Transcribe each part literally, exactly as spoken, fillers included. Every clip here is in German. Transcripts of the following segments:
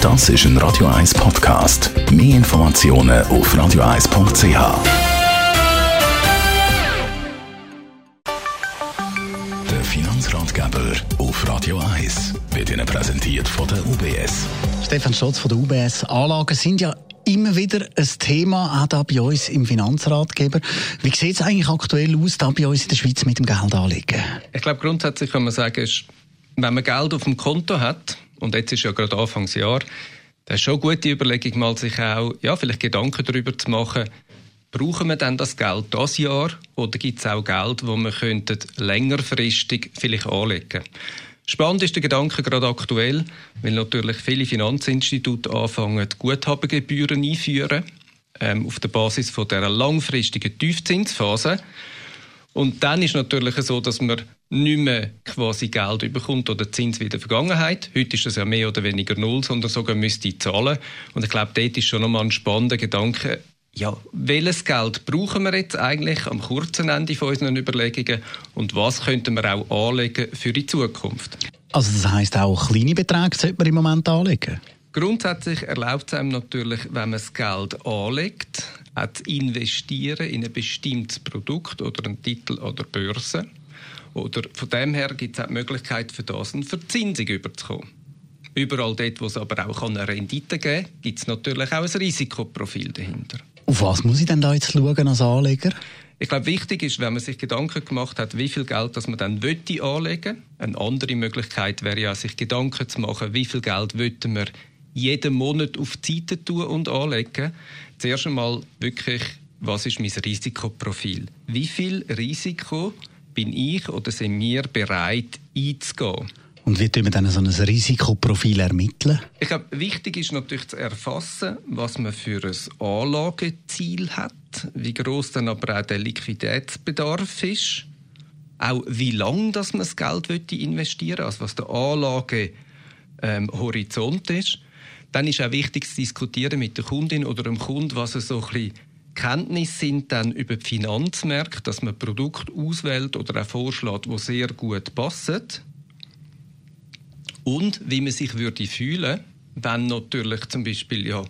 Das ist ein Radio eins Podcast. Mehr Informationen auf radio eins punkt c h. Der Finanzratgeber auf Radio eins wird Ihnen präsentiert von der U B S. Stefan Stotz von der U B S. Anlagen sind ja immer wieder ein Thema, auch da bei uns im Finanzratgeber. Wie sieht es eigentlich aktuell aus, da bei uns in der Schweiz mit dem Geld anlegen? Ich glaube, grundsätzlich kann man sagen, ist, wenn man Geld auf dem Konto hat, und jetzt ist ja gerade Anfangsjahr, dann ist schon eine gute Überlegung, mal sich auch ja, vielleicht Gedanken darüber zu machen, brauchen wir denn das Geld dieses Jahr oder gibt es auch Geld, das wir längerfristig vielleicht anlegen könnten? Spannend ist der Gedanke gerade aktuell, weil natürlich viele Finanzinstitute anfangen, Guthabengebühren einführen, ähm, auf der Basis von dieser langfristigen Tiefzinsphase. Und dann ist natürlich so, dass man nicht mehr quasi Geld bekommt oder Zins wie in der Vergangenheit. Heute ist das ja mehr oder weniger null, sondern sogar müsste ich zahlen. Und ich glaube, dort ist schon nochmal ein spannender Gedanke, ja, welches Geld brauchen wir jetzt eigentlich am kurzen Ende von unseren Überlegungen und was könnten wir auch anlegen für die Zukunft? Also das heisst auch, kleine Beträge sollte man im Moment anlegen? Grundsätzlich erlaubt es einem natürlich, wenn man das Geld anlegt, auch zu investieren in ein bestimmtes Produkt oder einen Titel oder Börse. Oder von dem her gibt es auch die Möglichkeit, für das eine Verzinsung überzukommen. Überall dort, wo es aber auch eine Rendite geben kann, gibt es natürlich auch ein Risikoprofil dahinter. Auf was muss ich denn da jetzt schauen als Anleger? Ich glaube, wichtig ist, wenn man sich Gedanken gemacht hat, wie viel Geld das man dann möchte anlegen. Eine andere Möglichkeit wäre ja, sich Gedanken zu machen, wie viel Geld möchten wir jeden Monat auf die Seite tun und anlegen. Zuerst einmal wirklich, was ist mein Risikoprofil? Wie viel Risiko bin ich oder sind wir bereit einzugehen? Und wie tun wir dann so ein Risikoprofil ermitteln? Ich glaube, wichtig ist natürlich zu erfassen, was man für ein Anlageziel hat, wie gross dann aber auch der Liquiditätsbedarf ist, auch wie lange dass man das Geld investieren will, also was der Anlagehorizont ähm, ist. Dann ist auch wichtig zu diskutieren mit der Kundin oder dem Kunden, was so ein bisschen Kenntnisse sind dann über die Finanzmärkte, dass man Produkte auswählt oder auch vorschlägt, die sehr gut passen. Und wie man sich würde fühlen, wenn natürlich zum Beispiel ja,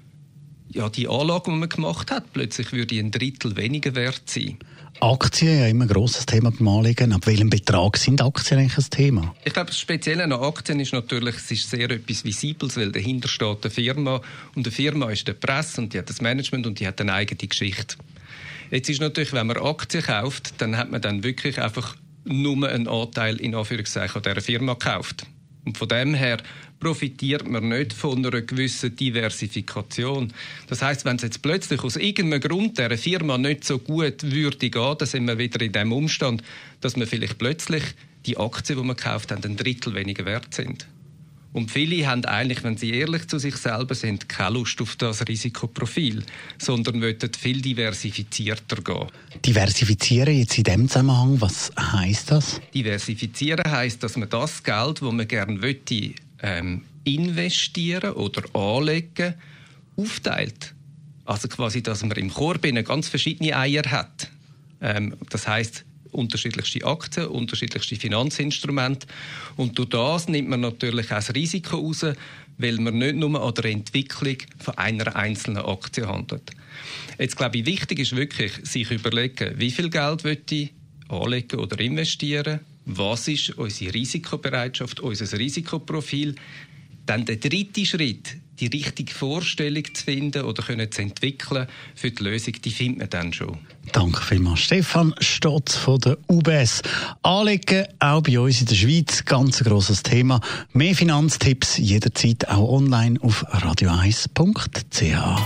ja, die Anlage, die man gemacht hat, plötzlich würde ein Drittel weniger wert sein. Aktien, ja immer ein grosses Thema beim Anlegen. Ab welchem Betrag sind Aktien eigentlich ein Thema? Ich glaube, das Spezielle an Aktien ist natürlich, es ist sehr etwas Visibles, weil dahinter steht eine Firma und eine Firma ist die Presse und die hat das Management und die hat eine eigene Geschichte. Jetzt ist natürlich, wenn man Aktien kauft, dann hat man dann wirklich einfach nur einen Anteil in Anführungszeichen an dieser Firma gekauft. Und von dem her profitiert man nicht von einer gewissen Diversifikation. Das heisst, wenn es jetzt plötzlich aus irgendeinem Grund dieser Firma nicht so gut würde gehen, dann sind wir wieder in dem Umstand, dass man vielleicht plötzlich die Aktien, die man gekauft hat, ein Drittel weniger wert sind. Und viele haben eigentlich, wenn sie ehrlich zu sich selber sind, keine Lust auf das Risikoprofil, sondern wollen viel diversifizierter gehen. Diversifizieren jetzt in diesem Zusammenhang, was heisst das? Diversifizieren heisst, dass man das Geld, das man gerne möchte, ähm, investieren oder anlegen, aufteilt. Also quasi, dass man im Korb ganz verschiedene Eier hat. Ähm, das heisst, unterschiedlichste Aktien, unterschiedlichste Finanzinstrumente. Und durch das nimmt man natürlich auch das Risiko raus, weil man nicht nur an der Entwicklung von einer einzelnen Aktie handelt. Jetzt glaube ich, wichtig ist wirklich, sich überlegen, wie viel Geld will ich anlegen oder investieren, was ist unsere Risikobereitschaft, unser Risikoprofil. Dann der dritte Schritt, die richtige Vorstellung zu finden oder können zu entwickeln für die Lösung, die findet man dann schon. Danke vielmals, Stefan Stotz von der U B S. Anlegen, auch bei uns in der Schweiz, ganz ein grosses Thema. Mehr Finanztipps jederzeit auch online auf radio eins punkt c h.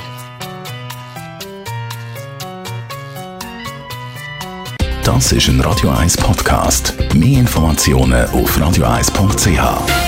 Das ist ein Radio eins Podcast. Mehr Informationen auf radio eins punkt c h.